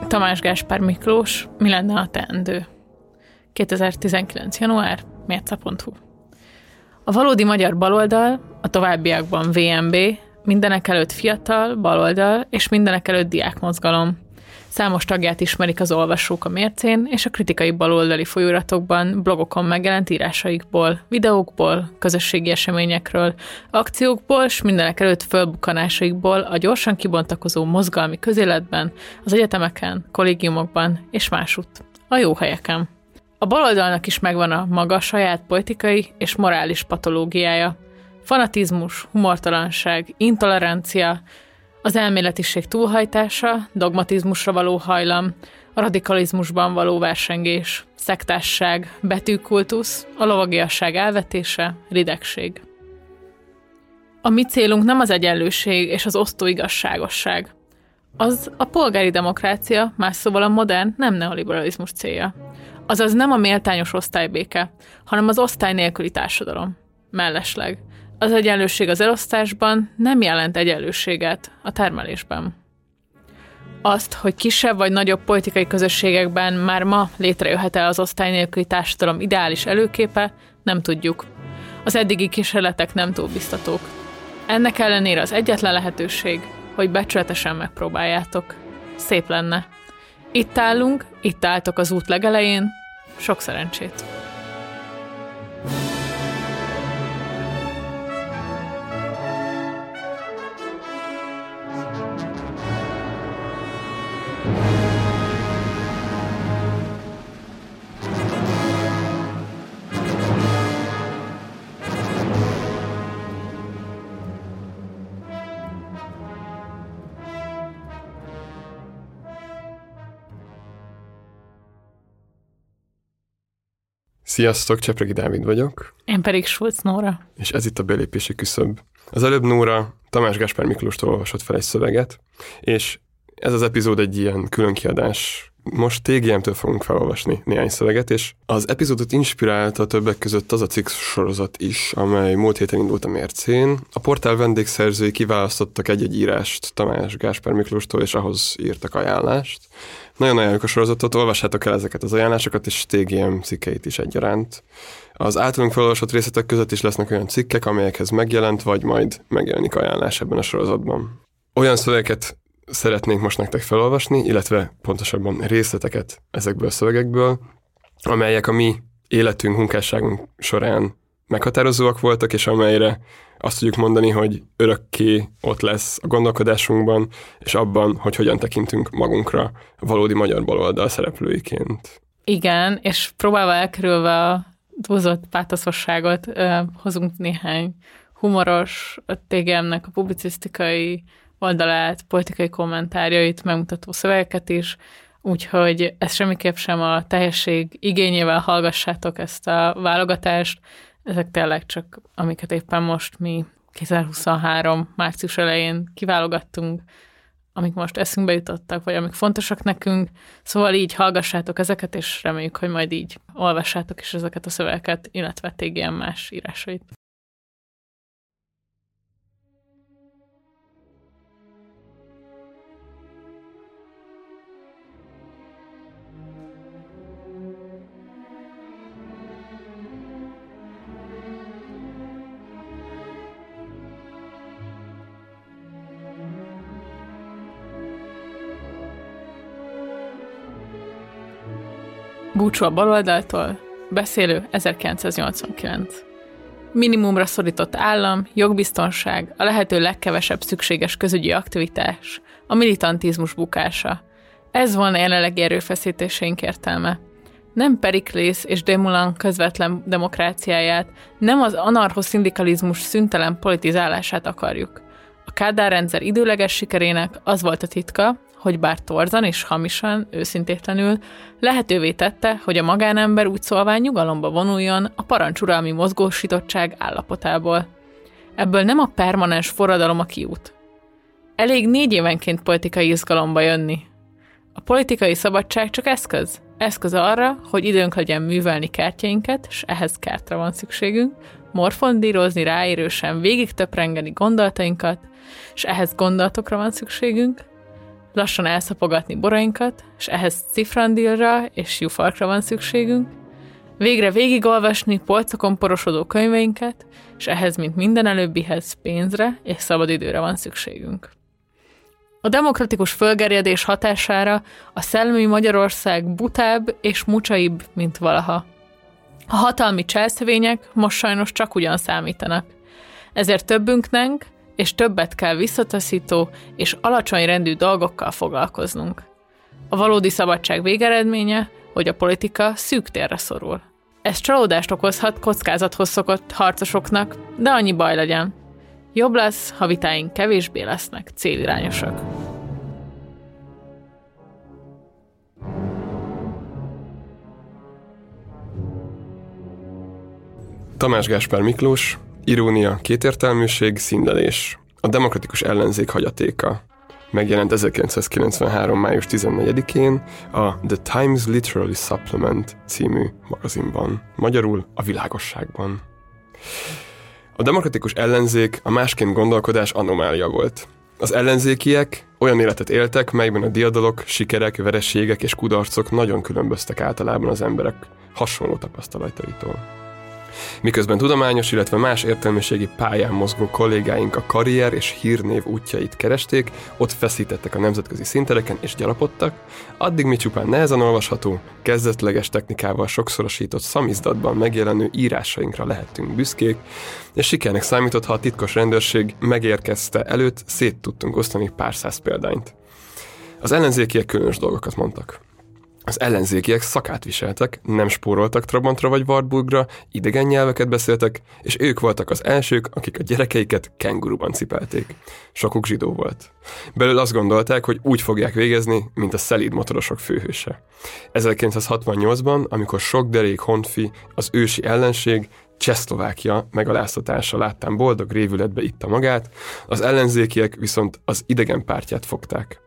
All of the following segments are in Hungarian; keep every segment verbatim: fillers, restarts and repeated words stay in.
Tamás Gáspár Miklós, mi lenne a teendő? kétezer-tizenkilenc. január, mérce pont hu. A valódi magyar baloldal, a továbbiakban vé em bé, mindenekelőtt fiatal, baloldal és mindenekelőtt diákmozgalom. Számos tagját ismerik az olvasók a mércén és a kritikai baloldali folyóiratokban, blogokon megjelent írásaikból, videókból, közösségi eseményekről, akciókból s mindenekelőtt fölbukkanásaikból a gyorsan kibontakozó mozgalmi közéletben, az egyetemeken, kollégiumokban és másutt, a jó helyeken. A baloldalnak is megvan a maga saját politikai és morális patológiája. Fanatizmus, humortalanság, intolerancia, az elméletiség túlhajtása, dogmatizmusra való hajlam, a radikalizmusban való versengés, szektásság, betűkultusz, a lovagiasság elvetése, ridegség. A mi célunk nem az egyenlőség és az osztó igazságosság. Az a polgári demokrácia, más szóval a modern, nem neoliberalizmus célja. Azaz nem a méltányos osztálybéke, hanem az osztály nélküli társadalom. Mellesleg. Az egyenlőség az elosztásban nem jelent egyenlőséget a termelésben. Azt, hogy kisebb vagy nagyobb politikai közösségekben már ma létrejöhet-e az osztály nélküli társadalom ideális előképe, nem tudjuk. Az eddigi kísérletek nem túl biztatók. Ennek ellenére az egyetlen lehetőség, hogy becsületesen megpróbáljátok. Szép lenne. Itt állunk, itt álltok az út legelején. Sok szerencsét! Sziasztok, Csepregi Dávid vagyok. Én pedig Schulz Nóra. És ez itt a Belépési küszöb. Az előbb Nóra Tamás Gáspár Miklóstól olvasott fel egy szöveget, és ez az epizód egy ilyen különkiadás. Most té gé em-től fogunk felolvasni néhány szöveget, és az epizódot inspirálta többek között az a cikk sorozat is, amely múlt héten indult a mércén. A portál vendégszerzői kiválasztottak egy-egy írást Tamás Gáspár Miklóstól, és ahhoz írtak ajánlást. Nagyon ajánljuk a sorozatot, olvassátok el ezeket az ajánlásokat, és té gé em cikkeit is egyaránt. Az általunk felolvasott részletek között is lesznek olyan cikkek, amelyekhez megjelent, vagy majd megjelenik ajánlás ebben a sorozatban. Olyan szövegeket szeretnénk most nektek felolvasni, illetve pontosabban részleteket ezekből a szövegekből, amelyek a mi életünk, munkásságunk során meghatározóak voltak, és amelyre azt tudjuk mondani, hogy örökké ott lesz a gondolkodásunkban, és abban, hogy hogyan tekintünk magunkra valódi magyar baloldal szereplőiként. Igen, és próbálva elkerülve a túlzott pátoszosságot, hozunk néhány humoros, a té gé em-nek a publicisztikai oldalát, politikai kommentárjait, megmutató szövegeket is, úgyhogy ezt semmiképp sem a teljesség igényével hallgassátok ezt a válogatást. Ezek tényleg csak, amiket éppen most mi kétezer-huszonhárom március elején kiválogattunk, amik most eszünkbe jutottak, vagy amik fontosak nekünk. Szóval így hallgassátok ezeket, és reméljük, hogy majd így olvassátok is ezeket a szövegeket, illetve té gé em más írásait. Búcsú a baloldaltól, beszélő ezerkilencszáznyolcvankilenc. Minimumra szorított állam, jogbiztonság, a lehető legkevesebb szükséges közügyi aktivitás, a militantizmus bukása. Ez volna jelenlegi erőfeszítéseink értelme. Nem Periklész és Desmoulins közvetlen demokráciáját, nem az anarcho-szindikalizmus szüntelen politizálását akarjuk. A Kádár rendszer időleges sikerének az volt a titka, hogy bár torzan és hamisan, őszintétlenül lehetővé tette, hogy a magánember úgy szólván nyugalomba vonuljon a parancsuralmi mozgósítottság állapotából. Ebből nem a permanens forradalom a kiút. Elég négy évenként politikai izgalomba jönni. A politikai szabadság csak eszköz. Eszköz arra, hogy időnk legyen művelni kertjeinket, és ehhez kertre van szükségünk, morfondírozni ráérősen, végig töprengeni gondolatainkat, és ehhez gondolatokra van szükségünk, lassan elszapogatni borainkat, és ehhez cifrandilra és jufarkra van szükségünk, végre végigolvasni polcokon porosodó könyveinket, és ehhez, mint minden előbbihez, pénzre és szabadidőre van szükségünk. A demokratikus fölgerjedés hatására a szellemi Magyarország butább és mucsaibb, mint valaha. A hatalmi cselszövények most sajnos csak ugyan számítanak. Ezért többünknek és többet kell visszataszító és alacsony rendű dolgokkal foglalkoznunk. A valódi szabadság végeredménye, hogy a politika szűk térre szorul. Ez csalódást okozhat kockázathoz szokott harcosoknak, de annyi baj legyen. Jobb lesz, ha vitáink kevésbé lesznek célirányosak. Tamás Gáspár Miklós, irónia, kétértelműség, színlelés. A demokratikus ellenzék hagyatéka. Megjelent ezerkilencszázkilencvenhárom. május tizennegyedikén a The Times Literary Supplement című magazinban, magyarul a Világosságban. A demokratikus ellenzék a másként gondolkodás anomália volt. Az ellenzékiek olyan életet éltek, melyben a diadalok, sikerek, vereségek és kudarcok nagyon különböztek általában az emberek hasonló tapasztalataitól. Miközben tudományos, illetve más értelmiségi pályán mozgó kollégáink a karrier és hírnév útjait keresték, ott feszítettek a nemzetközi színtereken és gyarapodtak, addig mi csupán nehezen olvasható, kezdetleges technikával sokszorosított szamizdatban megjelenő írásainkra lehettünk büszkék, és sikernek számított, ha a titkos rendőrség megérkezte előtt, szét tudtunk osztani pár száz példányt. Az ellenzékiek különös dolgokat mondtak. Az ellenzékiek szakát viseltek, nem spóroltak Trabantra vagy Wartburgra, idegen nyelveket beszéltek, és ők voltak az elsők, akik a gyerekeiket kenguruban cipelték. Sokuk zsidó volt. Belül azt gondolták, hogy úgy fogják végezni, mint a szelíd motorosok főhőse. ezerkilencszázhatvannyolcban, amikor sok derék honfi, az ősi ellenség, Csehszlovákia megaláztatása láttán boldog révületbe itta magát, az ellenzékiek viszont az idegen pártját fogták.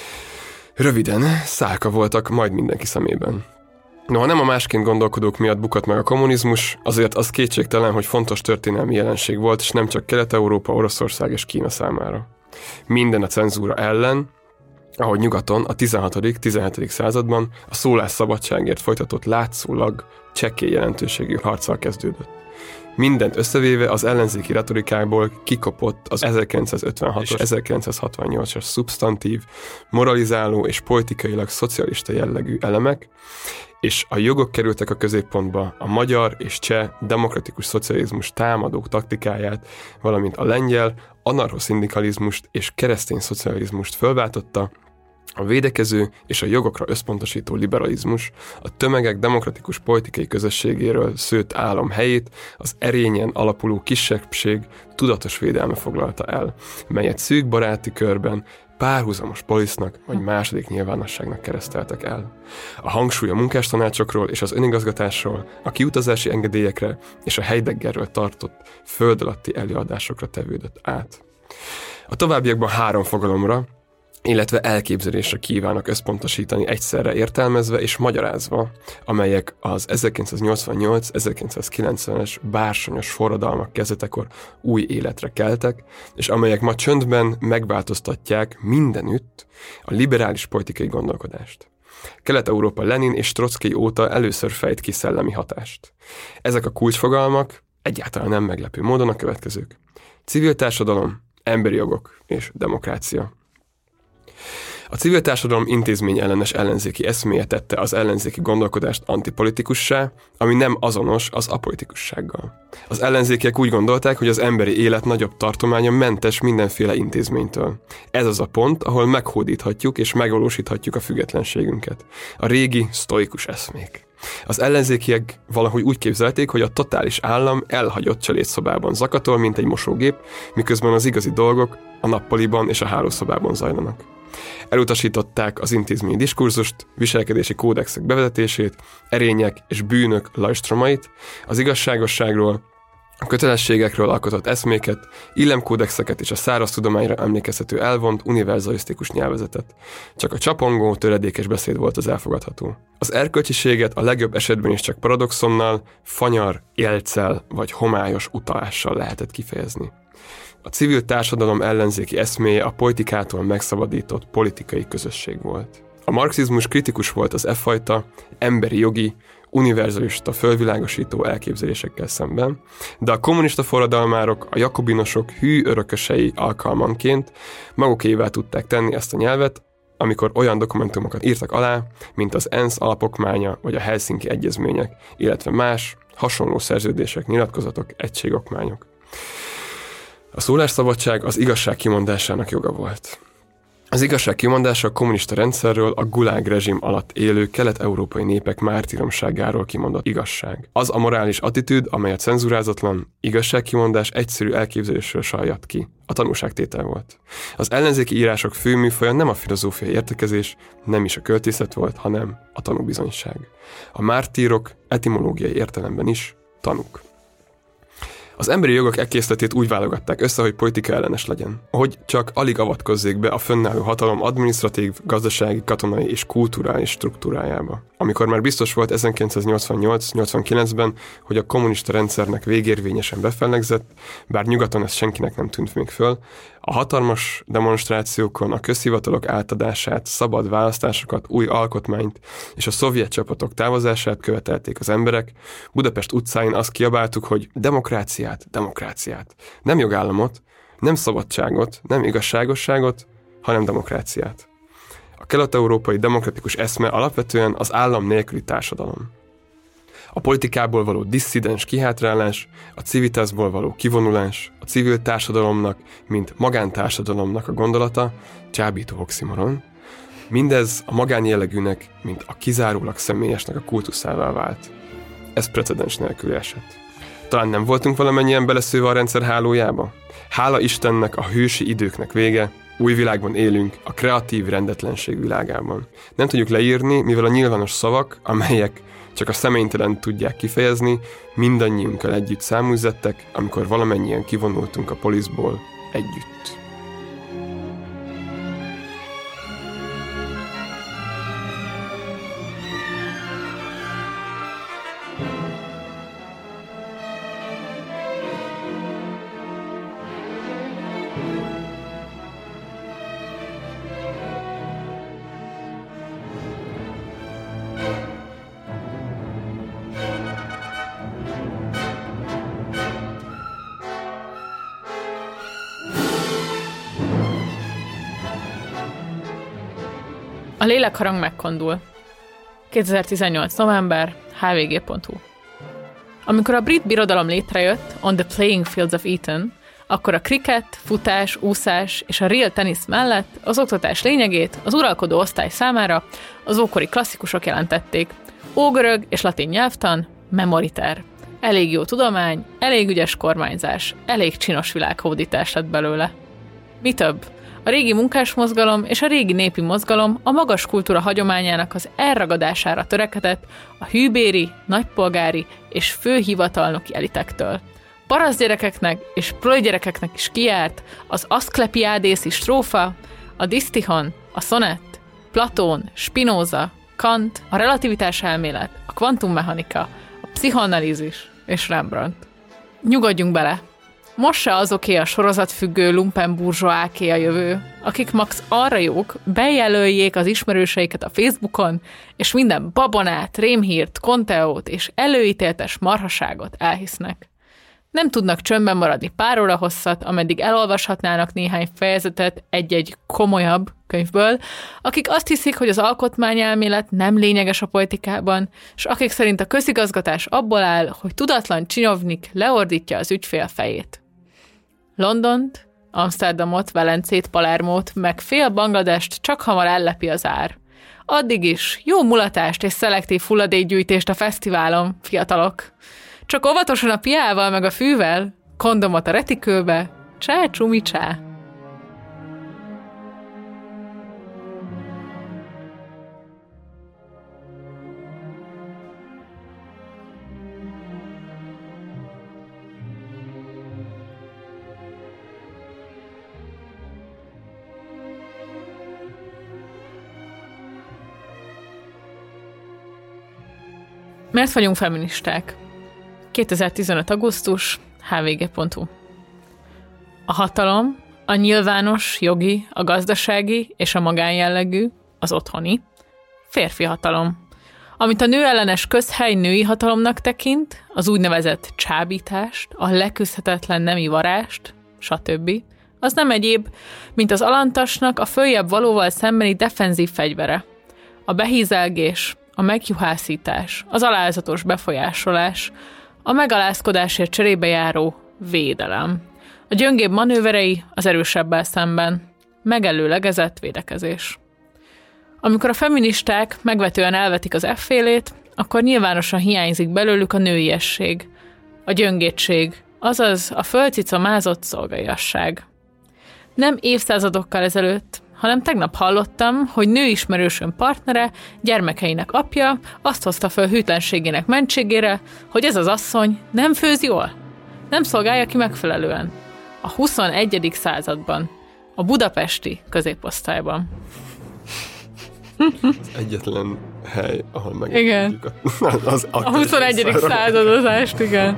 Röviden, szálka voltak majd mindenki szemében. Noha nem a másként gondolkodók miatt bukott meg a kommunizmus, azért az kétségtelen, hogy fontos történelmi jelenség volt, és nem csak Kelet-Európa, Oroszország és Kína számára. Minden a cenzúra ellen, ahogy nyugaton a tizenhatodik-tizenhetedik században a szólásszabadságért folytatott látszólag csekély jelentőségű harccal kezdődött. Mindent összevéve az ellenzéki retorikából kikopott az ezerkilencszázötvenhatos és ezerkilencszázhatvannyolcas szubstantív, moralizáló és politikailag szocialista jellegű elemek, és a jogok kerültek a középpontba, a magyar és cseh demokratikus szocializmus támadók taktikáját, valamint a lengyel anarchoszindikalizmust és keresztény szocializmust fölváltotta, a védekező és a jogokra összpontosító liberalizmus a tömegek demokratikus politikai közösségéről szőtt állam helyét az erényen alapuló kisebbség tudatos védelme foglalta el, melyet szűk baráti körben párhuzamos polisznak vagy második nyilvánosságnak kereszteltek el. A hangsúly a munkástanácsokról és az önigazgatásról, a kiutazási engedélyekre és a Heideggerről tartott föld alatti előadásokra tevődött át. A továbbiakban három fogalomra, illetve elképzelésre kívánok összpontosítani egyszerre értelmezve és magyarázva, amelyek az ezerkilencszáznyolcvannyolc-ezerkilencszázkilencvenes bársonyos forradalmak kezdetekor új életre keltek, és amelyek ma csöndben megváltoztatják mindenütt a liberális politikai gondolkodást. Kelet-Európa Lenin és Troczki óta először fejt ki szellemi hatást. Ezek a kulcsfogalmak egyáltalán nem meglepő módon a következők: civil társadalom, emberi jogok és demokrácia. A civil társadalom intézmény ellenes ellenzéki eszméje tette az ellenzéki gondolkodást antipolitikussá, ami nem azonos az apolitikussággal. Az ellenzékiek úgy gondolták, hogy az emberi élet nagyobb tartománya mentes mindenféle intézménytől. Ez az a pont, ahol meghódíthatjuk és megvalósíthatjuk a függetlenségünket. A régi sztoikus eszmék. Az ellenzékiek valahogy úgy képzelték, hogy a totális állam elhagyott cselédszobában zakatol, mint egy mosógép, miközben az igazi dolgok a nappaliban és a hálószobában zajlanak. Elutasították az intézményi diskurzust, viselkedési kódexek bevezetését, erények és bűnök lajstromait, az igazságosságról, a kötelességekről alkotott eszméket, illemkódexeket és a száraz tudományra emlékeztető elvont univerzalisztikus nyelvezetet. Csak a csapongó, töredékes beszéd volt az elfogadható. Az erkölcsiséget a legjobb esetben is csak paradoxonnal, fanyar, élccel vagy homályos utalással lehetett kifejezni. A civil társadalom ellenzéki eszméje a politikától megszabadított politikai közösség volt. A marxizmus kritikus volt az e fajta emberi jogi, univerzalista fölvilágosító elképzelésekkel szemben, de a kommunista forradalmárok, a jakobinosok hű örökösei alkalmanként magukévá tudták tenni ezt a nyelvet, amikor olyan dokumentumokat írtak alá, mint az ENSZ alapokmánya vagy a Helsinki egyezmények, illetve más, hasonló szerződések, nyilatkozatok, egységokmányok. A szólásszabadság az igazság kimondásának joga volt. Az igazság kimondása a kommunista rendszerről, a gulág rezsim alatt élő kelet-európai népek mártíromságáról kimondott igazság. Az a morális attitűd, amely a cenzurázatlan igazságkimondás egyszerű elképzelésről sajjat ki. A tanúságtétel volt. Az ellenzéki írások főműfaja nem a filozófiai értekezés, nem is a költészet volt, hanem a tanúbizonyság. A mártírok etimológiai értelemben is tanúk. Az emberi jogok egészletét úgy válogatták össze, hogy politika ellenes legyen. Hogy csak alig avatkozzék be a fönnálló hatalom adminisztratív, gazdasági, katonai és kulturális struktúrájába. Amikor már biztos volt ezerkilencszáznyolcvannyolc-nyolcvankilencben, hogy a kommunista rendszernek végérvényesen befellegzett, bár nyugaton ez senkinek nem tűnt még föl, a hatalmas demonstrációkon a közhivatalok átadását, szabad választásokat, új alkotmányt és a szovjet csapatok távozását követelték az emberek, Budapest utcáin azt kiabáltuk, hogy demokráciát, demokráciát. Nem jogállamot, nem szabadságot, nem igazságosságot, hanem demokráciát. A kelet-európai demokratikus eszme alapvetően az állam nélküli társadalom. A politikából való disszidens kihátrálás, a civitásból való kivonulás, a civil társadalomnak, mint magántársadalomnak a gondolata, csábító oximoron, mindez a magánjellegűnek, mint a kizárólag személyesnek a kultuszává vált. Ez precedens nélküli eset. Talán nem voltunk valamennyien beleszőve a rendszer hálójába? Hála Istennek a hősi időknek vége, új világban élünk, a kreatív rendetlenség világában. Nem tudjuk leírni, mivel a nyilvános szavak, amelyek csak a szeménytelen tudják kifejezni, mindannyiunkkal együtt száműzettek, amikor valamennyien kivonultunk a poliszból együtt. A lélekharang megkondul. kétezer-tizennyolc. november. há vé gé pont hú. Amikor a brit birodalom létrejött, on the playing fields of Eton, akkor a kriket, futás, úszás és a real tenisz mellett az oktatás lényegét az uralkodó osztály számára az ókori klasszikusok jelentették. Ógörög és latin nyelvtan, memoriter. Elég jó tudomány, elég ügyes kormányzás, elég csinos világhódítás lett belőle. Mi több? A régi munkásmozgalom és a régi népi mozgalom a magas kultúra hagyományának az elragadására törekedett a hűbéri, nagypolgári és főhivatalnoki elitektől. Parasztgyerekeknek és prolygyerekeknek is kijárt az aszklepiádészi strófa, a disztihon, a szonett, Platón, Spinoza, Kant, a relativitás elmélet, a kvantummechanika, a pszichoanalízis és Rembrandt. Nyugodjunk bele! Most se azoké a sorozatfüggő lumpenburzsóáké a jövő, akik max arra jók, bejelöljék az ismerőseiket a Facebookon, és minden babonát, rémhírt, konteót és előítéltes marhaságot elhisznek. Nem tudnak csöndben maradni pár óra hosszat, ameddig elolvashatnának néhány fejezetet egy-egy komolyabb könyvből, akik azt hiszik, hogy az alkotmányelmélet nem lényeges a politikában, és akik szerint a közigazgatás abból áll, hogy tudatlan csinovnik leordítja az ügyfél fejét. Londont, Amsterdamot, Velencét, Palermót, meg fél Bangladest csak hamar ellepi az ár. Addig is jó mulatást és szelektív hulladékgyűjtést a fesztiválon, fiatalok. Csak óvatosan a piával meg a fűvel, kondomot a retikőbe, csá csumi csá. Miért vagyunk feministák? kétezer-tizenöt. augusztus. há vé gé pont hú. A hatalom, a nyilvános, jogi, a gazdasági és a magánjellegű, az otthoni, férfi hatalom. Amit a nőellenes közhely női hatalomnak tekint, az úgynevezett csábítást, a leküzdhetetlen nemi varást, stb., az nem egyéb, mint az alantasnak a följebb valóval szembeni defenzív fegyvere. A behízelgés, a megjuhászítás, az alázatos befolyásolás, a megalázkodásért cserébe járó védelem. A gyöngébb manőverei az erősebbel szemben. Megelőlegezett védekezés. Amikor a feministák megvetően elvetik az effélét, akkor nyilvánosan hiányzik belőlük a nőiesség, a gyöngétség, azaz a földcica mázott szolgaiasság. Nem évszázadokkal ezelőtt, hanem tegnap hallottam, hogy nőismerősöm partnere, gyermekeinek apja azt hozta föl hűtlenségének mentségére, hogy ez az asszony nem főz jól, nem szolgálja ki megfelelően. A huszonegyedik században, a budapesti középosztályban. Az egyetlen hely, ahol megértjük a, az a huszonegyedik századozást, igen.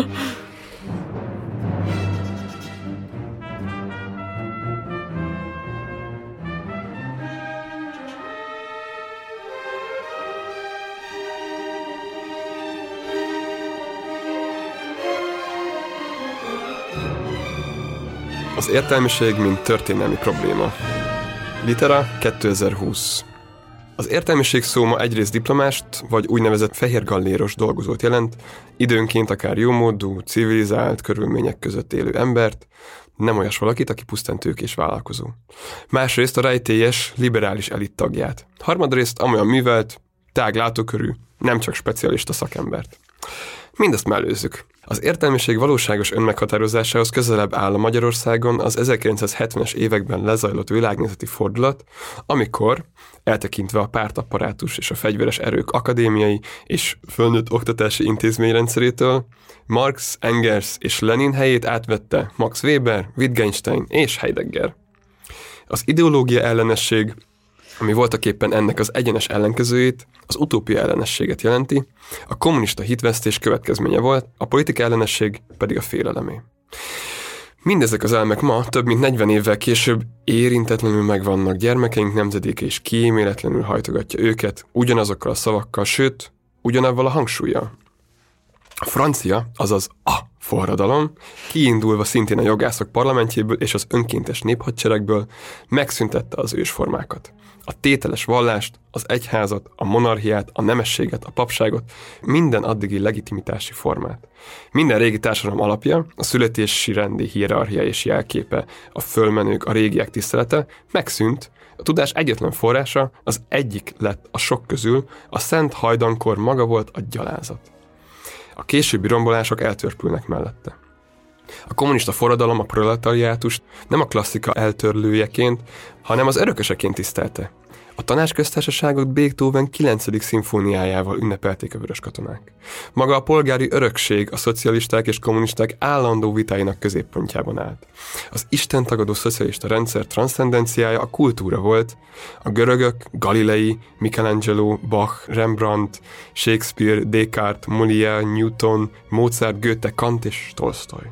Az értelmiség, mint történelmi probléma. Litera kétezer-húsz. Az értelmiség szó ma egyrészt diplomást, vagy úgynevezett fehérgalléros dolgozót jelent, időnként akár jómódú, civilizált körülmények között élő embert, nem olyas valakit, aki pusztán tőkés vállalkozó. Másrészt a rejtélyes, liberális elit tagját. Harmadrészt amolyan művelt, tág látókörű, nem csak specialista szakembert. Mindezt mellőzzük. Az értelmiség valóságos önmeghatározásához közelebb áll a Magyarországon az ezerkilencszázhetvenes években lezajlott világnézeti fordulat, amikor, eltekintve a pártapparátus és a fegyveres erők akadémiai és fölnőtt oktatási intézményrendszerétől, Marx, Engels és Lenin helyét átvette Max Weber, Wittgenstein és Heidegger. Az ideológia ellenesség, ami voltaképpen ennek az egyenes ellenkezőjét, az utópia ellenességet jelenti, a kommunista hitvesztés következménye volt, a politika ellenesség pedig a félelemé. Mindezek az elemek ma, több mint negyven évvel később érintetlenül megvannak, gyermekeink nemzedéke is kíméletlenül hajtogatja őket, ugyanazokkal a szavakkal, sőt, ugyanavval a hangsúllyal. A francia, azaz a forradalom, kiindulva szintén a jogászok parlamentjéből és az önkéntes néphadseregből, megszüntette az ősformákat. A tételes vallást, az egyházat, a monarchiát, a nemességet, a papságot, minden addigi legitimitási formát. Minden régi társadalom alapja, a születési rendi hierarchia és jelképe, a fölmenők, a régiek tisztelete megszűnt, a tudás egyetlen forrása, az egyik lett a sok közül, a szent hajdankor maga volt a gyalázat. A későbbi rombolások eltörpülnek mellette. A kommunista forradalom a proletariátust nem a klasszika eltörlőjeként, hanem az örököseként tisztelte. A tanácsköztársaságot Beethoven kilencedik szimfóniájával ünnepelték a vörös katonák. Maga a polgári örökség a szocialisták és kommunisták állandó vitáinak középpontjában állt. Az istentagadó szocialista rendszer transzcendenciája a kultúra volt, a görögök, Galilei, Michelangelo, Bach, Rembrandt, Shakespeare, Descartes, Molière, Newton, Mozart, Goethe, Kant és Tolstoy.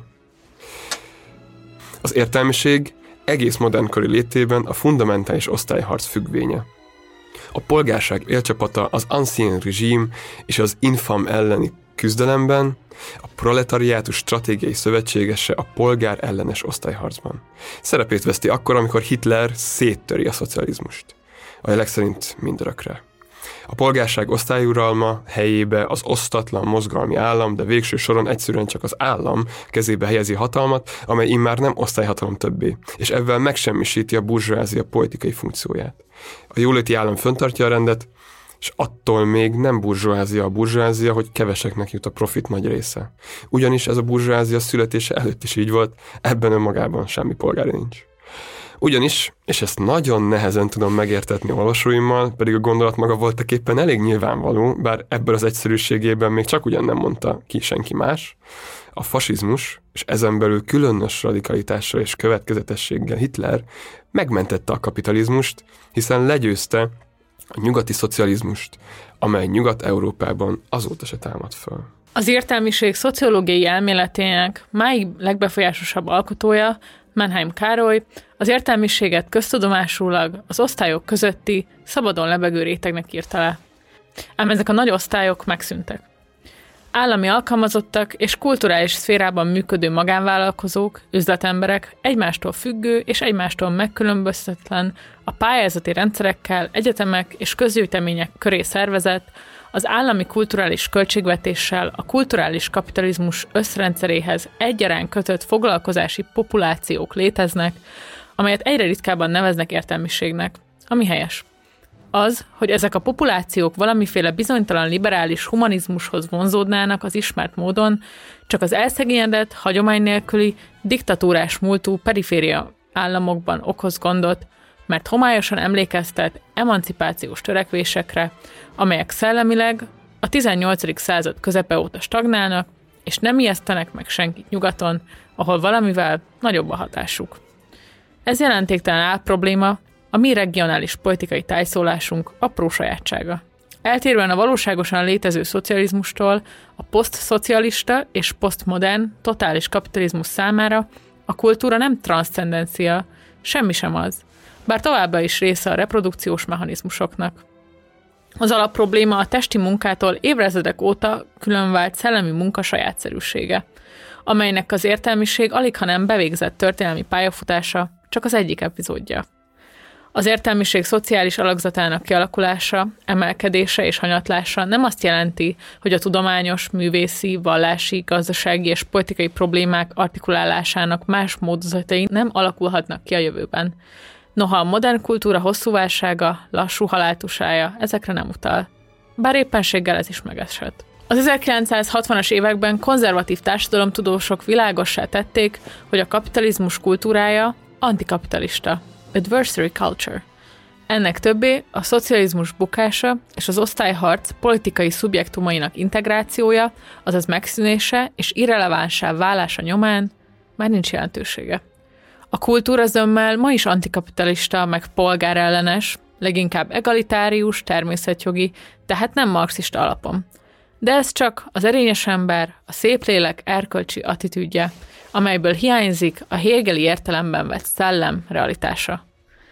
Az értelmiség egész modern kori létében a fundamentális osztályharc függvénye. A polgárság élcsapata az ancien régime és az infam elleni küzdelemben, a proletariátus stratégiai szövetségese a polgár ellenes osztályharcban. Szerepét veszti akkor, amikor Hitler széttöri a szocializmust. A jelek szerint mindörökre. A polgárság osztályuralma helyébe az osztatlan mozgalmi állam, de végső soron egyszerűen csak az állam kezébe helyezi hatalmat, amely immár nem osztályhatalom többé, és ezzel megsemmisíti a burzsóázia politikai funkcióját. A jóléti állam fenntartja a rendet, és attól még nem burzsóázia a burzsóázia, hogy keveseknek jut a profit nagy része. Ugyanis ez a burzsóázia születése előtt is így volt, ebben önmagában semmi polgári nincs. Ugyanis, és ezt nagyon nehezen tudom megértetni olvasóimmal, pedig a gondolat maga voltaképpen elég nyilvánvaló, bár ebből az egyszerűségében még csak ugyan nem mondta ki senki más, a fasizmus, és ezen belül különös radikalitással és következetességgel Hitler megmentette a kapitalizmust, hiszen legyőzte a nyugati szocializmust, amely Nyugat-Európában azóta se támad föl. Az értelmiség szociológiai elméletének máig legbefolyásosabb alkotója Mannheim Károly az értelmiséget köztudomásulag az osztályok közötti, szabadon lebegő rétegnek írta le. Ám ezek a nagy osztályok megszűntek. Állami alkalmazottak és kulturális szférában működő magánvállalkozók, üzletemberek egymástól függő és egymástól megkülönböztetlen, a pályázati rendszerekkel, egyetemek és közgyűjtemények köré szervezett, az állami kulturális költségvetéssel a kulturális kapitalizmus összrendszeréhez egyaránt kötött foglalkozási populációk léteznek, amelyet egyre ritkábban neveznek értelmiségnek, ami helyes. Az, hogy ezek a populációk valamiféle bizonytalan liberális humanizmushoz vonzódnának az ismert módon, csak az elszegényedett, hagyomány nélküli, diktatúrás múltú periféria államokban okoz gondot, mert homályosan emlékeztet emancipációs törekvésekre, amelyek szellemileg a tizennyolcadik század közepe óta stagnálnak, és nem ijesztenek meg senkit nyugaton, ahol valamivel nagyobb a hatásuk. Ez jelentéktelen álprobléma, a mi regionális politikai tájszólásunk apró sajátsága. Eltérően a valóságosan létező szocializmustól, a posztszocialista és posztmodern, totális kapitalizmus számára a kultúra nem transzcendencia, semmi sem az, bár továbbá is része a reprodukciós mechanizmusoknak. Az alapprobléma a testi munkától évezredek óta különvált szellemi munka sajátszerűsége, amelynek az értelmiség aligha nem bevégzett történelmi pályafutása, csak az egyik epizódja. Az értelmiség szociális alakzatának kialakulása, emelkedése és hanyatlása nem azt jelenti, hogy a tudományos, művészi, vallási, gazdasági és politikai problémák artikulálásának más módozatai nem alakulhatnak ki a jövőben. Noha a modern kultúra hosszú válsága, lassú haláltusája ezekre nem utal. Bár éppenséggel ez is megesett. Az ezerkilencszázhatvanas években konzervatív társadalomtudósok világossá tették, hogy a kapitalizmus kultúrája antikapitalista. Adversary culture. Ennek többé a szocializmus bukása és az osztályharc politikai szubjektumainak integrációja, azaz megszűnése és irrelevánsá válása nyomán már nincs jelentősége. A kultúra zömmel ma is antikapitalista, meg polgárellenes, leginkább egalitárius, természetjogi, tehát nem marxista alapon. De ez csak az erényes ember, a szép lélek erkölcsi attitűdje, amelyből hiányzik a hegeli értelemben vett szellem realitása.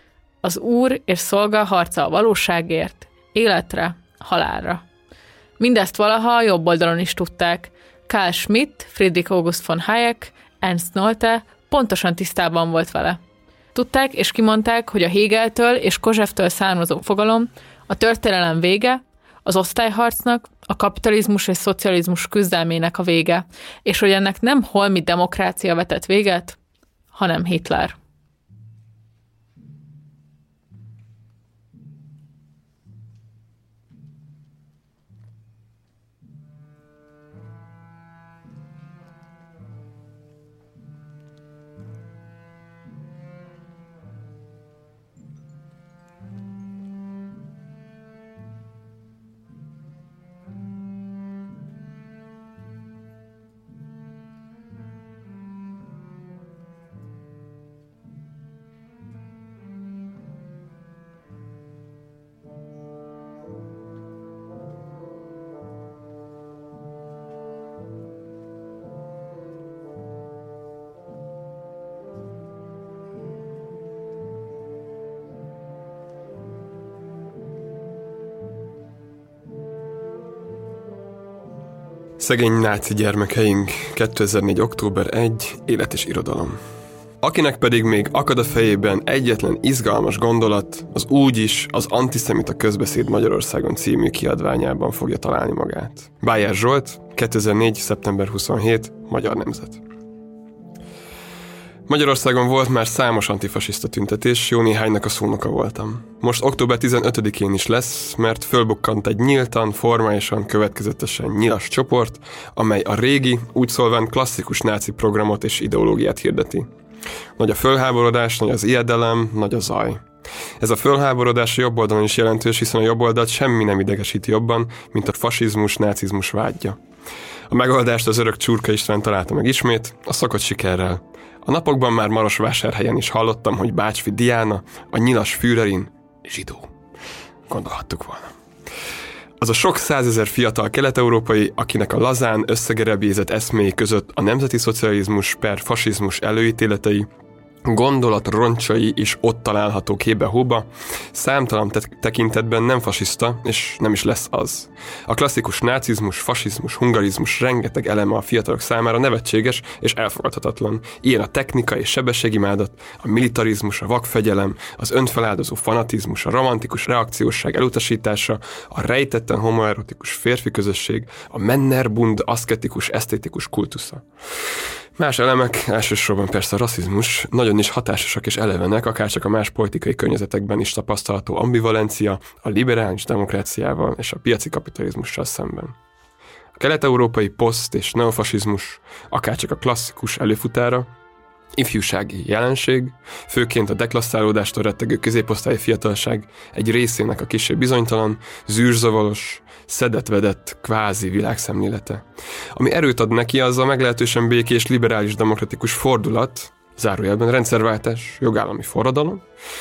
Az úr és szolga harca a valóságért, életre, halálra. Mindezt valaha a jobb oldalon is tudták. Carl Schmitt, Friedrich August von Hayek, Ernst Nolte pontosan tisztában volt vele. Tudták és kimondták, hogy a Hegeltől és Kojèvtől származó fogalom a történelem vége, az osztályharcnak, a kapitalizmus és szocializmus küzdelmének a vége, és hogy ennek nem holmi demokrácia vetett véget, hanem Hitler. Szegény náci gyermekeink, kétezer-négy. október elsejé, élet és irodalom. Akinek pedig még akad a fejében egyetlen izgalmas gondolat, az úgyis az Antiszemita közbeszéd Magyarországon című kiadványában fogja találni magát. Bájer Zsolt, kétezer-négy. szeptember huszonhetedike. Magyar Nemzet. Magyarországon volt már számos antifasiszta tüntetés, jó néhánynak a szónoka voltam. Most október tizenötödikén is lesz, mert fölbukkant egy nyíltan, formálisan, következetesen nyilas csoport, amely a régi, úgy szólván klasszikus náci programot és ideológiát hirdeti. Nagy a fölháborodás, nagy az ijedelem, nagy a zaj. Ez a fölháborodás a jobb oldalon is jelentős, hiszen a jobb oldalt semmi nem idegesíti jobban, mint a fasizmus, nácizmus vágya. A megoldást az örök Csurka István találta meg ismét, a szokott sikerrel. A napokban már Marosvásárhelyen is hallottam, hogy Bácsfi Diana, a nyilas Führerin zsidó. Gondolhattuk volna. Az a sok százezer fiatal kelet-európai, akinek a lazán összegerebjézett eszméi között a nemzeti szocializmus per fasizmus előítéletei, gondolat roncsai is ott találhatók hébe-hóba, számtalan te- tekintetben nem fasiszta, és nem is lesz az. A klasszikus nácizmus, fasizmus, hungarizmus rengeteg eleme a fiatalok számára nevetséges és elfogadhatatlan. Ilyen a technika és sebességimádat, a militarizmus, a vakfegyelem, az önfeláldozó fanatizmus, a romantikus reakciósság elutasítása, a rejtetten homoerotikus férfi közösség, a mennerbund aszketikus esztétikus kultusza. Más elemek, elsősorban persze a rasszizmus, nagyon is hatásosak és elevenek, akárcsak a más politikai környezetekben is tapasztalható ambivalencia a liberális demokráciával és a piaci kapitalizmussal szemben. A kelet-európai poszt- és neofasizmus, akárcsak a klasszikus előfutára, ifjúsági jelenség, főként a deklasszálódástól rettegő középosztályi fiatalság egy részének a kissé bizonytalan, zűrzavaros, szedett-vedett kvázi világszemlélete. Ami erőt ad neki, az a meglehetősen békés, liberális, demokratikus fordulat, zárójelben rendszerváltás, jogállami forradalom,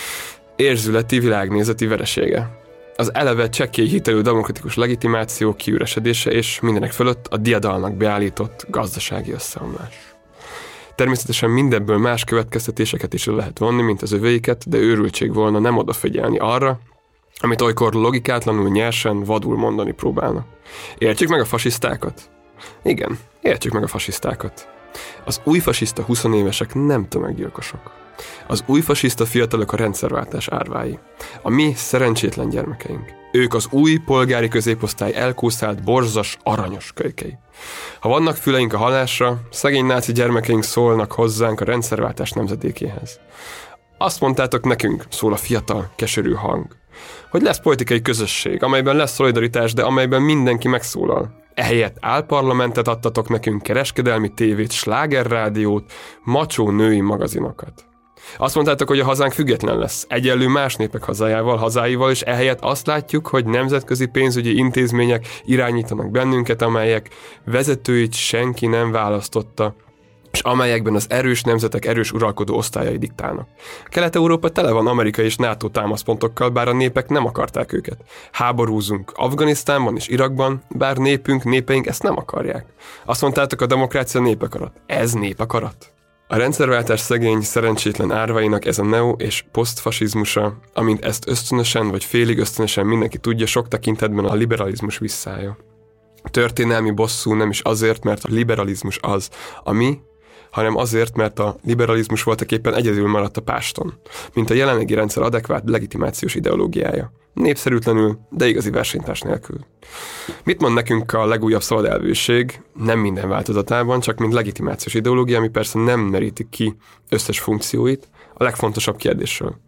érzületi, világnézeti veresége. Az eleve csekkély hitelű demokratikus legitimáció kiüresedése és mindenek fölött a diadalnak beállított gazdasági összeomlás. Természetesen mindebből más következtetéseket is lehet vonni, mint az övéiket, de őrültség volna nem odafigyelni arra, amit olykor logikátlanul, nyersen, vadul mondani próbálnak. Értjük meg a fasisztákat? Igen, értjük meg a fasisztákat. Az új fasiszta huszonévesek nem tömeggyilkosok. Az új fasiszta fiatalok a rendszerváltás árvái. A mi szerencsétlen gyermekeink. Ők az új polgári középosztály elkószált, borzas, aranyos kölykei. Ha vannak füleink a hallásra, szegény náci gyermekeink szólnak hozzánk a rendszerváltás nemzedékéhez. Azt mondtátok nekünk, szól a fiatal, keserű hang, hogy lesz politikai közösség, amelyben lesz szolidaritás, de amelyben mindenki megszólal. Ehelyett álparlamentet adtatok nekünk, kereskedelmi tévét, slágerrádiót, macsó női magazinokat. Azt mondtátok, hogy a hazánk független lesz, egyenlő más népek hazájával, hazáival, és ehelyett azt látjuk, hogy nemzetközi pénzügyi intézmények irányítanak bennünket, amelyek vezetőit senki nem választotta, és amelyekben az erős nemzetek erős uralkodó osztályai diktálnak. Kelet-Európa tele van amerikai és NATO támaszpontokkal, bár a népek nem akarták őket. Háborúzunk Afganisztánban és Irakban, bár népünk, népeink ezt nem akarják. Azt mondtátok, a demokrácia népakarat. Ez népakarat. A rendszerváltás szegény, szerencsétlen árvainak ez a neo- és posztfasizmusa, amint ezt ösztönösen vagy félig ösztönösen mindenki tudja, sok tekintetben a liberalizmus visszája. A történelmi bosszú nem is azért, mert a liberalizmus az, ami, hanem azért, mert a liberalizmus voltaképpen egyedül maradt a páston, mint a jelenlegi rendszer adekvát legitimációs ideológiája. Népszerűtlenül, de igazi versenytárs nélkül. Mit mond nekünk a legújabb szabad elvűség? Nem minden változatában, csak mint legitimációs ideológia, ami persze nem meríti ki összes funkcióit, a legfontosabb kérdésről.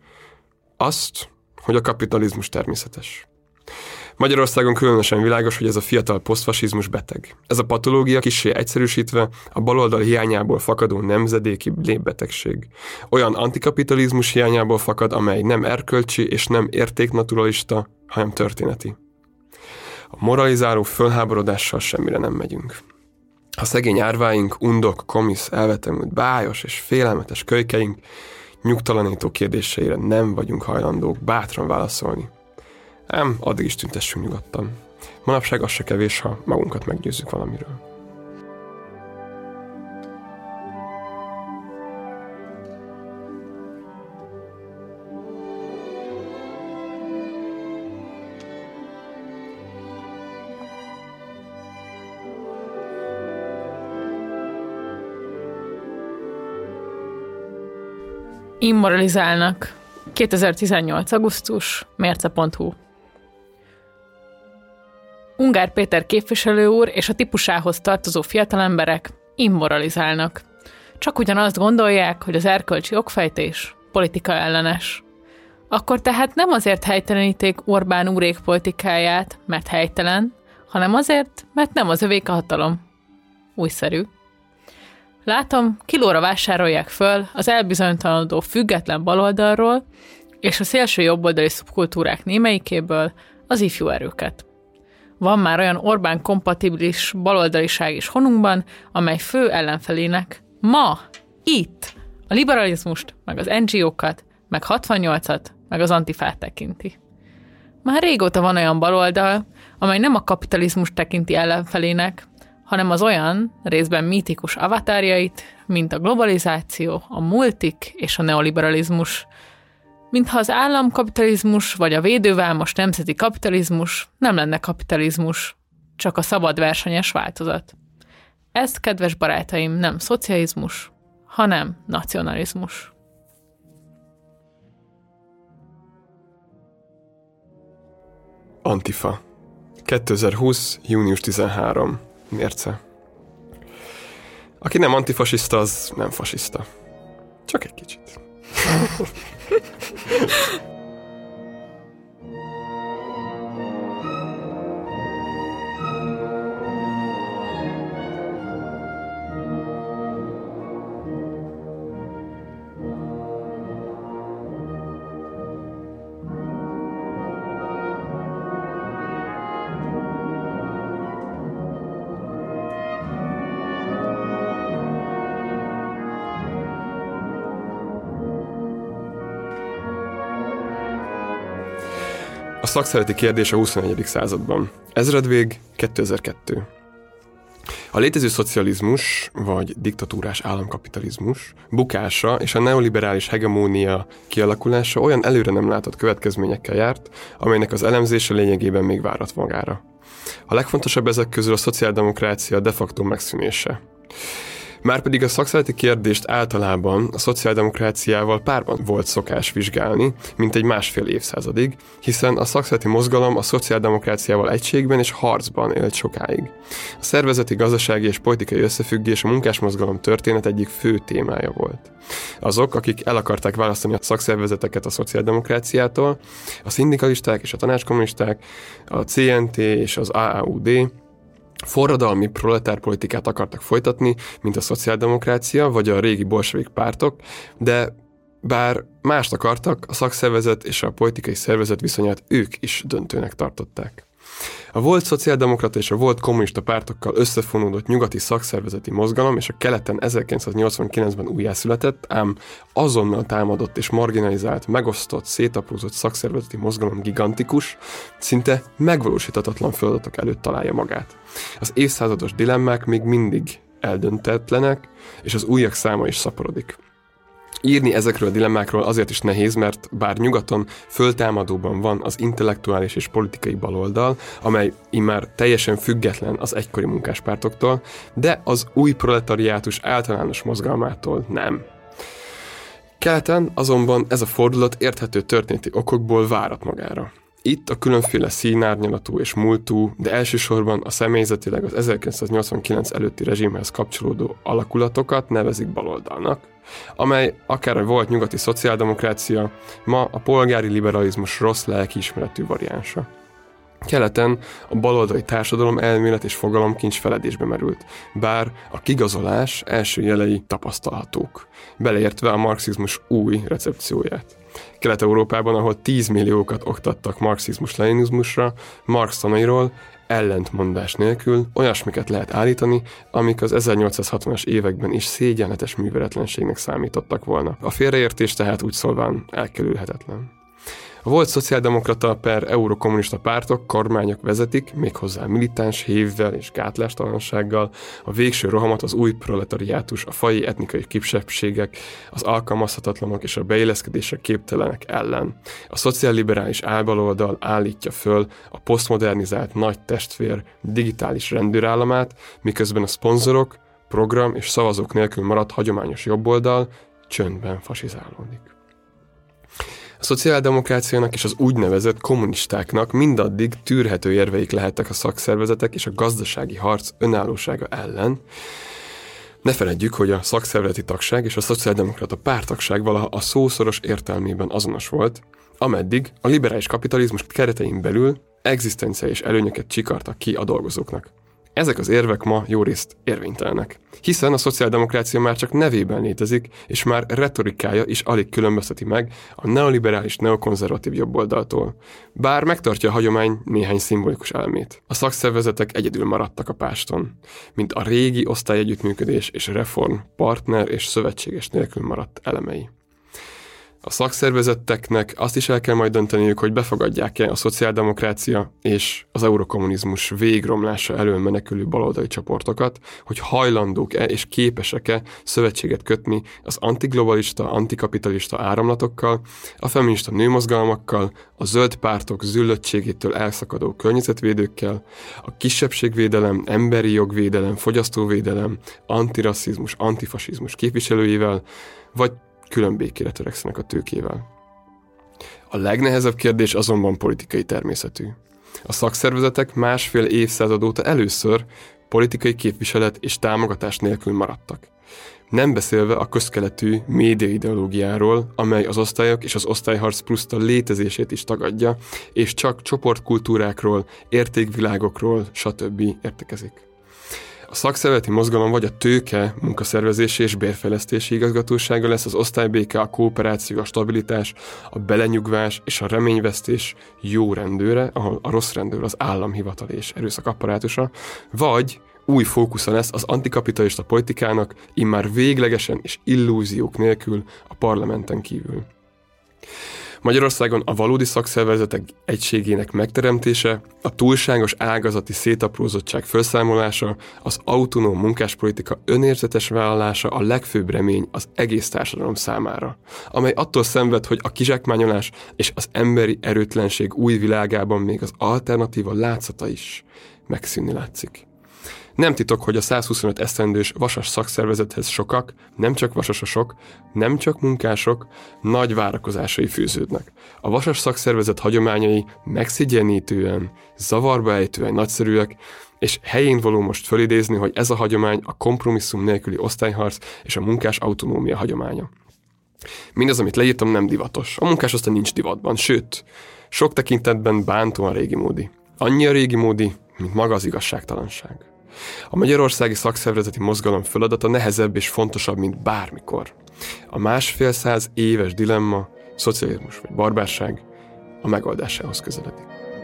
Azt, hogy a kapitalizmus természetes. Magyarországon különösen világos, hogy ez a fiatal posztfasizmus beteg. Ez a patológia kissé egyszerűsítve a baloldal hiányából fakadó nemzedéki lépbetegség. Olyan antikapitalizmus hiányából fakad, amely nem erkölcsi és nem értéknaturalista, hanem történeti. A moralizáló fölháborodással semmire nem megyünk. A szegény árváink, undok, komisz, elvetemült, bájos és félelmetes kölykeink nyugtalanító kérdéseire nem vagyunk hajlandók bátran válaszolni. Ám addig is tüntessünk nyugodtan. Manapság az se kevés, ha magunkat meggyőzzük valamiről. Immoralizálnak. kétezer-tizennyolc. augusztus. Mérce pont hu. Ungár Péter képviselő úr és a típusához tartozó fiatalemberek immoralizálnak. Csak ugyanazt gondolják, hogy az erkölcsi okfejtés politika ellenes. Akkor tehát nem azért helyteleníték Orbán úrék politikáját, mert helytelen, hanem azért, mert nem az övék a hatalom. Újszerű. Látom, kilóra vásárolják föl az elbizonytalanodó független baloldalról és a szélső jobboldali szubkultúrák némelyikéből az ifjú erőket. Van már olyan Orbán kompatibilis baloldaliság is honunkban, amely fő ellenfelének ma, itt, a liberalizmust, meg az en gé ó-kat, meg hatvannyolcat, meg az antifát tekinti. Már régóta van olyan baloldal, amely nem a kapitalizmust tekinti ellenfelének, hanem az olyan, részben mítikus avatárjait, mint a globalizáció, a multik és a neoliberalizmus, mintha az államkapitalizmus vagy a védővámos nemzeti kapitalizmus nem lenne kapitalizmus, csak a szabad versenyes változat. Ez, kedves barátaim, nem szocializmus, hanem nacionalizmus. Antifa. kétezer-húsz. június tizenharmadika. Mérce. Aki nem antifasiszta, az nem fasiszta. Csak egy kicsit. A szakszervezeti kérdés a huszonegyedik században. Ezredvég, kétezer-kettő. A létező szocializmus, vagy diktatúrás államkapitalizmus bukása és a neoliberális hegemónia kialakulása olyan előre nem látott következményekkel járt, amelynek az elemzése lényegében még várat magára. A legfontosabb ezek közül a szociáldemokrácia de facto megszűnése. Márpedig a szakszervezeti kérdést általában a szociáldemokráciával párban volt szokás vizsgálni, mint egy másfél évszázadig, hiszen a szakszervezeti mozgalom a szociáldemokráciával egységben és harcban élt sokáig. A szervezeti, gazdasági és politikai összefüggés a munkásmozgalom történet egyik fő témája volt. Azok, akik el akarták választani a szakszervezeteket a szociáldemokráciától, a szindikalisták és a tanácskommunisták, a cé en té és az á á u dé, forradalmi proletárpolitikát akartak folytatni, mint a szociáldemokrácia vagy a régi bolsevik pártok, de bár mást akartak, a szakszervezet és a politikai szervezet viszonyát ők is döntőnek tartották. A volt szociáldemokrata és a volt kommunista pártokkal összefonódott nyugati szakszervezeti mozgalom és a keleten ezerkilencszáznyolcvankilencben újjászületett, ám azonnal támadott és marginalizált, megosztott, szétaprózott szakszervezeti mozgalom gigantikus, szinte megvalósíthatatlan feladatok előtt találja magát. Az évszázados dilemmák még mindig eldöntetlenek, és az újak száma is szaporodik. Írni ezekről a dilemmákról azért is nehéz, mert bár nyugaton föltámadóban van az intellektuális és politikai baloldal, amely immár teljesen független az egykori munkáspártoktól, de az új proletariátus általános mozgalmától nem. Keleten azonban ez a fordulat érthető történeti okokból várat magára. Itt a különféle színárnyalatú és múltú, de elsősorban a személyzetileg az ezerkilencszáznyolcvankilenc előtti rezsimhez kapcsolódó alakulatokat nevezik baloldalnak, amely akár a volt nyugati szociáldemokrácia, ma a polgári liberalizmus rossz lelkiismeretű variánsa. Keleten a baloldali társadalom elmélet és fogalomkincs feledésbe merült, bár a kigazolás első jelei tapasztalhatók, beleértve a marxizmus új recepcióját. Kelet-Európában, ahol tízmilliókat oktattak marxizmus-leninizmusra, Marx tanairól ellentmondás nélkül olyasmiket lehet állítani, amik az ezernyolcszázhatvanas években is szégyenletes műveletlenségnek számítottak volna. A félreértés tehát úgy szólván elkerülhetetlen. A volt szociáldemokrata per eurokommunista pártok, kormányok vezetik, méghozzá militáns hévvel és gátlástalansággal, a végső rohamat az új proletariátus, a faji etnikai kisebbségek, az alkalmazhatatlanok és a beilleszkedésre képtelenek ellen. A szociálliberális álbaloldal állítja föl a posztmodernizált nagy testvér digitális rendőrállamát, miközben a szponzorok, program és szavazók nélkül maradt hagyományos jobboldal csöndben fasizálódik. A szociáldemokráciának és az úgynevezett kommunistáknak mindaddig tűrhető érveik lehettek a szakszervezetek és a gazdasági harc önállósága ellen. Ne feledjük, hogy a szakszervezeti tagság és a szociáldemokrata párttagság valaha a szószoros értelmében azonos volt, ameddig a liberális kapitalizmus keretein belül egzisztenciális előnyöket csikartak ki a dolgozóknak. Ezek az érvek ma jórészt érvénytelenek. Hiszen a szociáldemokrácia már csak nevében létezik, és már retorikája is alig különbözteti meg a neoliberális neokonzervatív jobboldaltól. Bár megtartja a hagyomány néhány szimbolikus elemét. A szakszervezetek egyedül maradtak a páston, mint a régi osztályegyüttműködés és reform partner és szövetséges nélkül maradt elemei. A szakszervezeteknek azt is el kell majd dönteniük, hogy befogadják-e a szociáldemokrácia és az eurokommunizmus végromlása elől menekülő baloldali csoportokat, hogy hajlandók-e és képesek-e szövetséget kötni az antiglobalista, antikapitalista áramlatokkal, a feminista nőmozgalmakkal, a zöld pártok züllöttségétől elszakadó környezetvédőkkel, a kisebbségvédelem, emberi jogvédelem, fogyasztóvédelem, antirasszizmus, antifasizmus képviselőivel, vagy külön békére törekszenek a tőkével. A legnehezebb kérdés azonban politikai természetű. A szakszervezetek másfél évszázad óta először politikai képviselet és támogatás nélkül maradtak. Nem beszélve a közkeletű médiaideológiáról, amely az osztályok és az osztályharc pluszta létezését is tagadja, és csak csoportkultúrákról, értékvilágokról, stb. Értekezik. A szakszervezeti mozgalom vagy a tőke, munkaszervezési és bérfejlesztési igazgatósága lesz az osztálybéke, a kooperáció, a stabilitás, a belenyugvás és a reményvesztés jó rendőre, ahol a rossz rendőr az államhivatal és erőszak apparátusa, vagy új fókusza lesz az antikapitalista politikának, immár véglegesen és illúziók nélkül a parlamenten kívül. Magyarországon a valódi szakszervezetek egységének megteremtése, a túlságos ágazati szétaprózottság felszámolása, az autonóm munkáspolitika önérzetes vállalása a legfőbb remény az egész társadalom számára, amely attól szenved, hogy a kizsákmányolás és az emberi erőtlenség új világában még az alternatíva látszata is megszűnni látszik. Nem titok, hogy a százhuszonöt esztendős vasas szakszervezethez sokak, nem csak vasasosok, nem csak munkások, nagy várakozásai fűződnek. A vasas szakszervezet hagyományai megszigyenítően, zavarba ejtően nagyszerűek, és helyén való most fölidézni, hogy ez a hagyomány a kompromisszum nélküli osztályharc és a munkás autonómia hagyománya. Mindaz, amit leírtam, nem divatos. A munkás aztán nincs divatban, sőt, sok tekintetben bántóan régi módi. Annyi a régi módi, mint maga az igazságtalanság. A magyarországi szakszervezeti mozgalom feladata nehezebb és fontosabb, mint bármikor. A másfél száz éves dilemma, szocializmus vagy barbárság a megoldásához közeledik.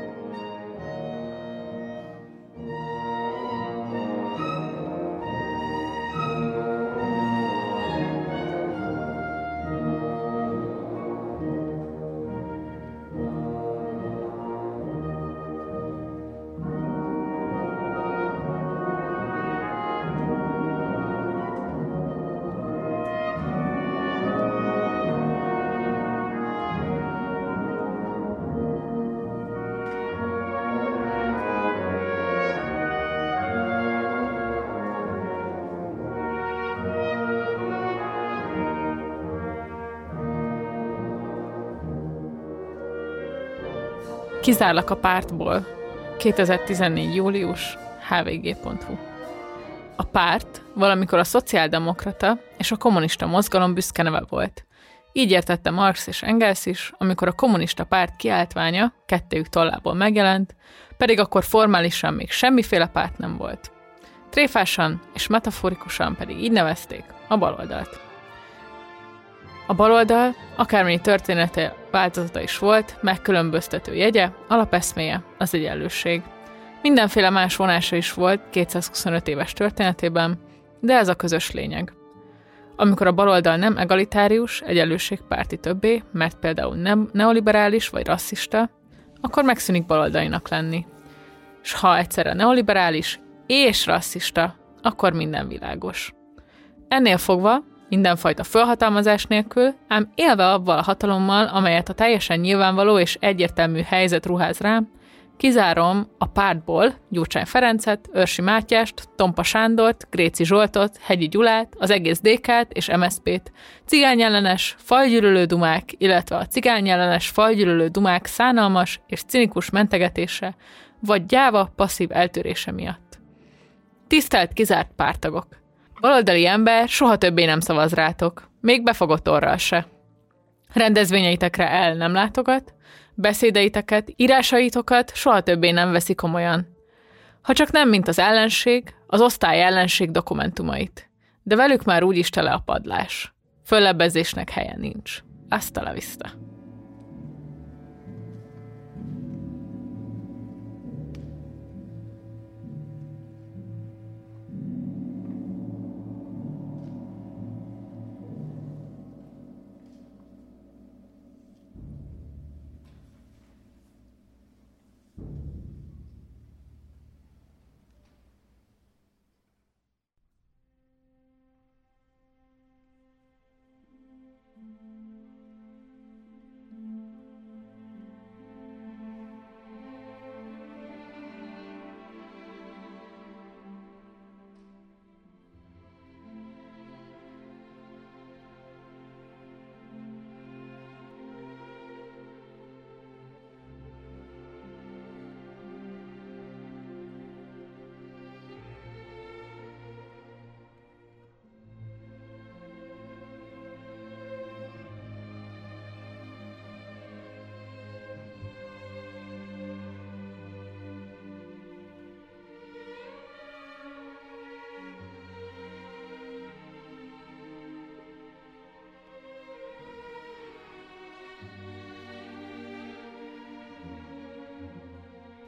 Kizárlak a pártból. kétezer-tizennégy. július. há vé gé pont hú. A párt valamikor a szociáldemokrata és a kommunista mozgalom büszke neve volt. Így értette Marx és Engels is, amikor a kommunista párt kiáltványa kettőjük tollából megjelent, pedig akkor formálisan még semmiféle párt nem volt. Tréfásan és metaforikusan pedig így nevezték a baloldalt. A baloldal, akármennyi története változata is volt, megkülönböztető jegye, alapeszméje az egyenlőség. Mindenféle más vonása is volt kétszázhuszonöt éves történetében, de ez a közös lényeg. Amikor a baloldal nem egalitárius, egyenlőségpárti többé, mert például nem neoliberális vagy rasszista, akkor megszűnik baloldalinak lenni. S ha egyszerre neoliberális és rasszista, akkor minden világos. Ennél fogva, mindenfajta felhatalmazás nélkül, ám élve avval a hatalommal, amelyet a teljesen nyilvánvaló és egyértelmű helyzet ruház rám, kizárom a pártból Gyurcsány Ferencet, Őrsi Mátyást, Tompa Sándort, Gréci Zsoltot, Hegyi Gyulát, az egész dé ká-t és em es zé pé-t, cigányellenes, fajgyűlölő dumák, illetve a cigányellenes, fajgyűlölő dumák szánalmas és cinikus mentegetése, vagy gyáva passzív eltörése miatt. Tisztelt kizárt párttagok! Baloldali ember soha többé nem szavaz rátok, még befogott orral se. Rendezvényeitekre el nem látogat, beszédeiteket, írásaitokat soha többé nem veszi komolyan. Ha csak nem, mint az ellenség, az osztály ellenség dokumentumait. De velük már úgyis tele a padlás. Föllebbezésnek helye nincs. Hasta la vista.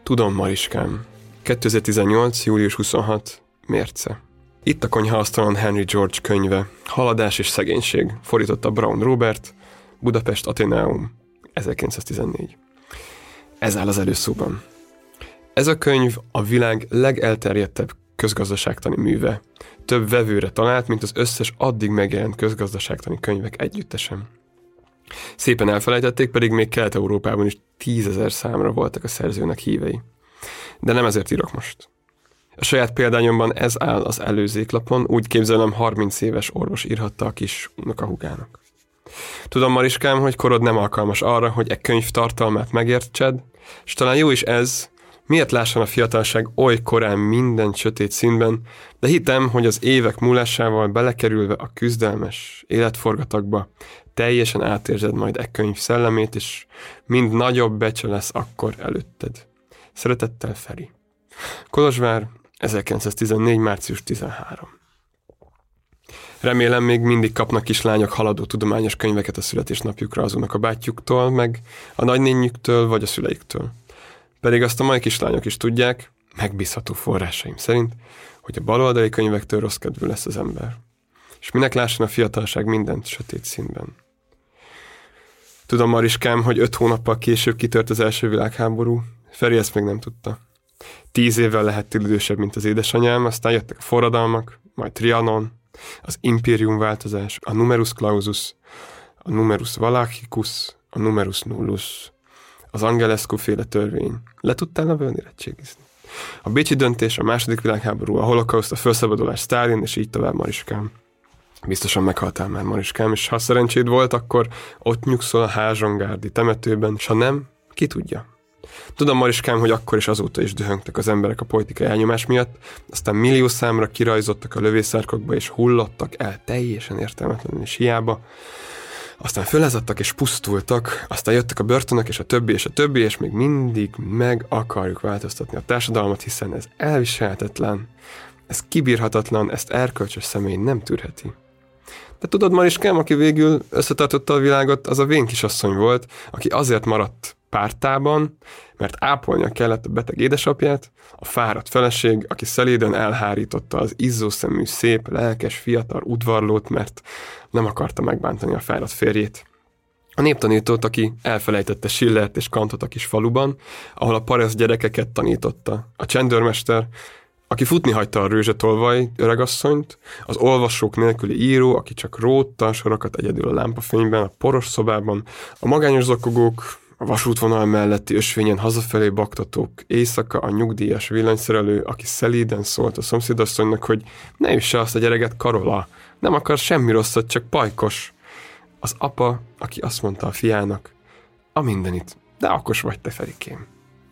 Tudom, Mariskám. kétezer-tizennyolc. július huszonhatodika. Mérce. Itt a konyhaasztalon Henry George könyve, Haladás és szegénység, fordította Braun Robert, Budapest Athenaeum, ezerkilencszáztizennégy. Ez áll az előszóban. Ez a könyv a világ legelterjedtebb közgazdaságtani műve. Több vevőre talált, mint az összes addig megjelent közgazdaságtani könyvek együttesen. Szépen elfelejtették, pedig még Kelet-Európában is tízezer számra voltak a szerzőnek hívei. De nem ezért írok most. A saját példányomban ez áll az előzéklapon, úgy képzelem harminc éves orvos írhatta a kis unokahúgának. Tudom, Mariskám, hogy korod nem alkalmas arra, hogy e könyv tartalmát megértsed, és talán jó is ez, miért lássan a fiatalság oly korán minden sötét színben, de hitem, hogy az évek múlásával belekerülve a küzdelmes életforgatagba teljesen átérzed majd e könyv szellemét, és mind nagyobb becse lesz akkor előtted. Szeretettel, Feri. Kolozsvár, ezerkilencszáztizennégy. március tizenharmadika. Remélem még mindig kapnak kislányok haladó tudományos könyveket a születésnapjukra az unokabátyjuktól, meg a nagynényüktől vagy a szüleiktől. Pedig azt a mai kislányok is tudják, megbízható forrásaim szerint, hogy a baloldali könyvektől rossz kedvű lesz az ember. És minek lásson a fiatalság mindent sötét színben. Tudom, Mariskám, hogy öt hónappal később kitört az első világháború. Feri ezt még nem tudta. Tíz évvel lehettél idősebb, mint az édesanyám, aztán jöttek a forradalmak, majd Trianon, az impérium változás, a numerus clausus, a numerus valachicus, a numerus nullus, az Angelescu féle törvény. Le tudtál növölni, érettségizni? A bécsi döntés, a második világháború, a holokauszt, a felszabadulás, Sztálin, és így tovább, Mariskám. Biztosan meghaltál már, Mariskám, és ha szerencséd volt, akkor ott nyugszol a Házsongárdi temetőben, s ha nem, ki tudja. Tudom, Mariskám, hogy akkor és azóta is dühöngtek az emberek a politikai elnyomás miatt, aztán millió számra kirajzottak a lövészárkokba, és hullottak el teljesen értelmetlenül és hiába. Aztán fölezadtak és pusztultak, aztán jöttek a börtönök, és a többi, és a többi, és még mindig meg akarjuk változtatni a társadalmat, hiszen ez elviselhetetlen, ez kibírhatatlan, ezt erkölcsös személy nem tűrheti. De tudod, Mariskám, aki végül összetartotta a világot, az a vén kisasszony volt, aki azért maradt pártában, mert ápolnia kellett a beteg édesapját, a fáradt feleség, aki szeléden elhárította az izzószemű, szép, lelkes, fiatal udvarlót, mert nem akarta megbántani a fáradt férjét. A néptanítót, aki elfelejtette Schillert és Kantot a kis faluban, ahol a paraszt gyerekeket tanította. A csendőrmester, aki futni hagyta a rőzsetolvaj öregasszonyt, az olvasók nélküli író, aki csak rótta a sorokat egyedül a lámpafényben, a poros szobában, a magányos zokogók, a vasútvonal melletti ösvényen hazafelé baktatók, éjszaka a nyugdíjas villanyszerelő, aki szelíden szólt a szomszédasszonynak, hogy ne üsse azt a gyereket, Karola, nem akar semmi rosszat, csak pajkos. Az apa, aki azt mondta a fiának, a mindenit, de okos vagy te, Ferikém.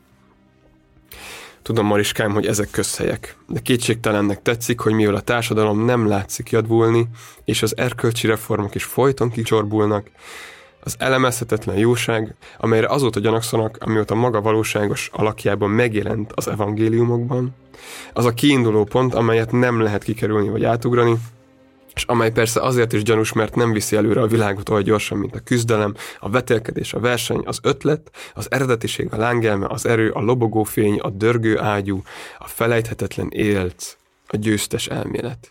Tudom, Mariskám, hogy ezek közhelyek, de kétségtelennek tetszik, hogy mivel a társadalom nem látszik javulni, és az erkölcsi reformok is folyton kicsorbulnak, az elemezhetetlen jóság, amelyre azóta gyanakszanak, amióta maga valóságos alakjában megjelent az evangéliumokban, az a kiinduló pont, amelyet nem lehet kikerülni vagy átugrani, és amely persze azért is gyanús, mert nem viszi előre a világot olyan gyorsan, mint a küzdelem, a vetélkedés, a verseny, az ötlet, az eredetiség, a lángelme, az erő, a lobogó fény, a dörgő ágyú, a felejthetetlen élc, a győztes elmélet.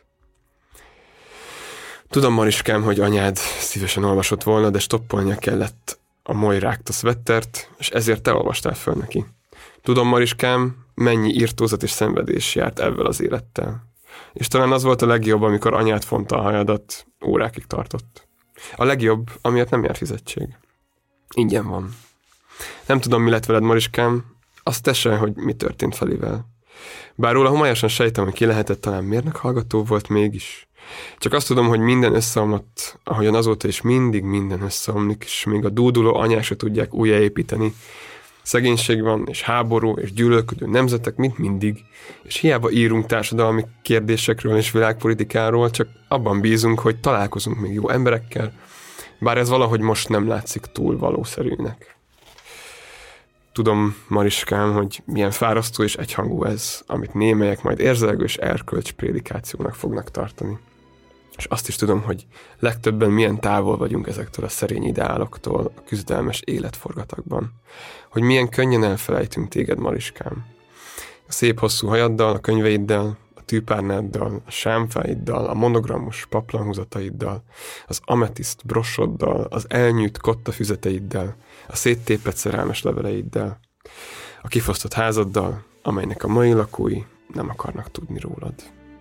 Tudom, Mariskám, hogy anyád szívesen olvasott volna, de stoppolnia kellett a Moiráktos Vettert, és ezért te olvastál föl neki. Tudom, Mariskám, mennyi irtózat és szenvedés járt ebben az élettel. És talán az volt a legjobb, amikor anyád fonta a hajadat, órákig tartott. A legjobb, amiért nem jár fizetség. Ingyen van. Nem tudom, mi lett veled, Mariskám, azt te se, hogy mi történt Felivel. Bár róla homályosan sejtem, hogy ki lehetett, talán mérnök hallgató volt mégis. Csak azt tudom, hogy minden összeomlott, ahogyan azóta is mindig minden összeomlik, és még a dúduló anyák se tudják újjáépíteni. Szegénység van, és háború, és gyűlölködő nemzetek, mint mindig, és hiába írunk társadalmi kérdésekről és világpolitikáról, csak abban bízunk, hogy találkozunk még jó emberekkel, bár ez valahogy most nem látszik túl valószerűnek. Tudom, Mariskám, hogy milyen fárasztó és egyhangú ez, amit némelyek majd érzelgő és erkölcs prédikációnak fognak tartani. És azt is tudom, hogy legtöbben milyen távol vagyunk ezektől a szerény ideáloktól a küzdelmes életforgatakban. Hogy milyen könnyen elfelejtünk téged, Mariskám. A szép hosszú hajaddal, a könyveiddel, a tűpárnáddal, a sámfáiddal, a monogramos paplanhúzataiddal, az ametiszt brosoddal, az elnyűjt kottafüzeteiddel, a széttépett szerelmes leveleiddel, a kifosztott házaddal, amelynek a mai lakói nem akarnak tudni rólad.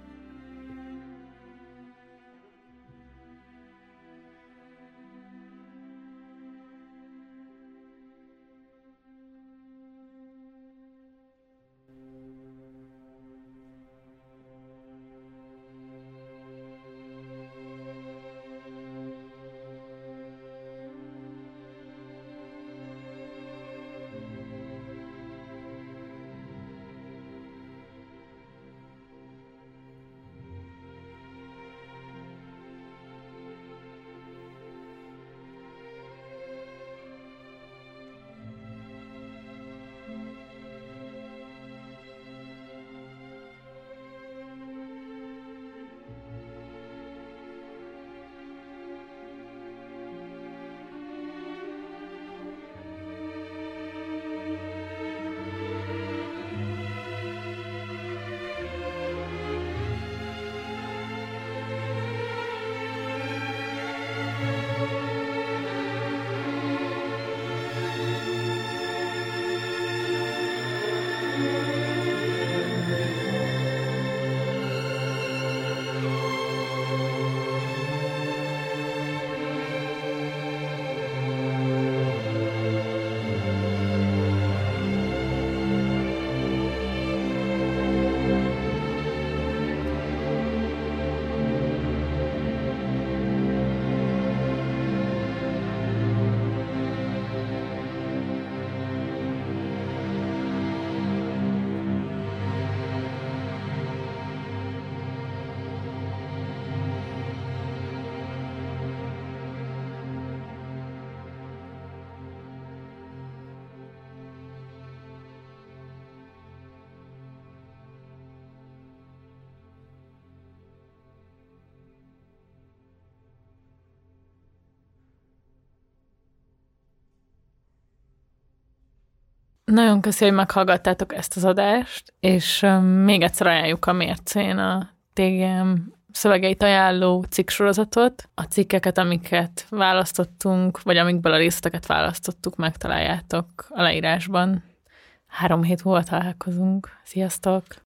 Nagyon köszönöm, hogy meghallgattátok ezt az adást, és még egyszer ajánljuk a Mércén a té gé em szövegeit ajánló cikksorozatot. A cikkeket, amiket választottunk, vagy amikből a részleteket választottuk, megtaláljátok a leírásban. Három hét múlva találkozunk. Sziasztok!